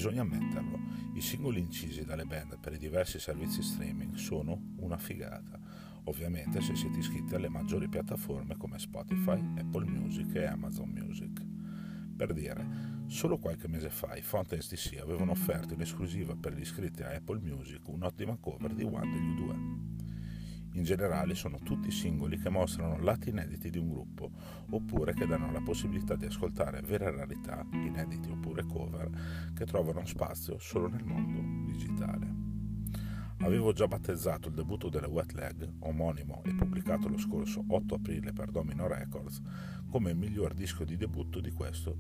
Bisogna ammetterlo, i singoli incisi dalle band per i diversi servizi streaming sono una figata, ovviamente se siete iscritti alle maggiori piattaforme come Spotify, Apple Music e Amazon Music. Per dire, solo qualche mese fa i Fountains DC avevano offerto in esclusiva per gli iscritti a Apple Music un'ottima cover di One degli U2. In generale sono tutti singoli che mostrano lati inediti di un gruppo, oppure che danno la possibilità di ascoltare vere rarità, inediti oppure cover, che trovano spazio solo nel mondo digitale. Avevo già battezzato il debutto delle Wet Leg, omonimo e pubblicato lo scorso 8 aprile per Domino Records, come il miglior disco di debutto di questo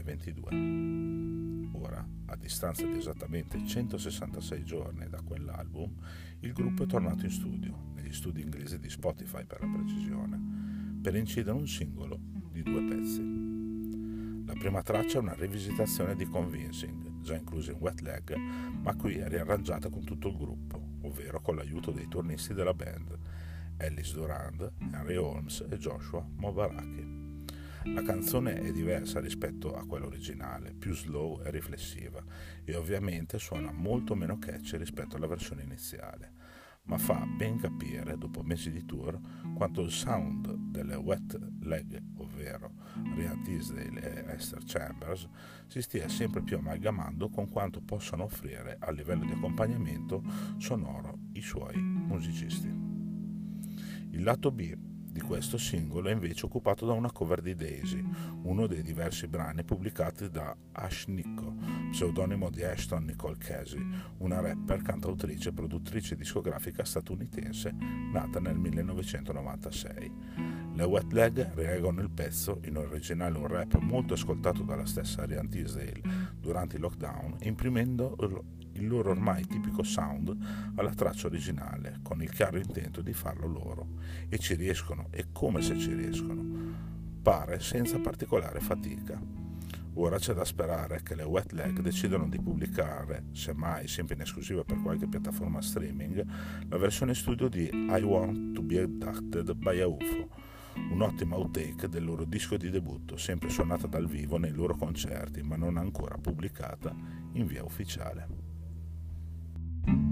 2022. Ora, a distanza di esattamente 166 giorni da quell'album, il gruppo è tornato in studio, negli studi inglesi di Spotify per la precisione, per incidere un singolo di 2 pezzi. La prima traccia è una rivisitazione di Convincing, già inclusa in Wet Leg, ma qui è riarrangiata con tutto il gruppo, ovvero con l'aiuto dei turnisti della band, Ellis Durand, Henry Holmes e Joshua Mobaraki. La canzone è diversa rispetto a quella originale, più slow e riflessiva, e ovviamente suona molto meno catchy rispetto alla versione iniziale, ma fa ben capire, dopo mesi di tour, quanto il sound delle Wet Leg, ovvero Ryan Tisdale e Esther Chambers, si stia sempre più amalgamando con quanto possano offrire a livello di accompagnamento sonoro i suoi musicisti. Il lato B di questo singolo è invece occupato da una cover di Daisy, uno dei diversi brani pubblicati da Ash Nicko, pseudonimo di Ashton Nicole Casey, una rapper, cantautrice e produttrice discografica statunitense nata nel 1996. Le Wet Leg rileggono il pezzo, in originale un rap molto ascoltato dalla stessa Ryan Tisdale durante il lockdown, imprimendo il loro ormai tipico sound alla traccia originale, con il chiaro intento di farlo loro, e ci riescono, e come se ci riescono, pare senza particolare fatica. Ora c'è da sperare che le Wet Leg decidano di pubblicare, semmai sempre in esclusiva per qualche piattaforma streaming, la versione studio di I Want to Be Abducted by a UFO, un ottimo outtake del loro disco di debutto, sempre suonata dal vivo nei loro concerti, ma non ancora pubblicata in via ufficiale.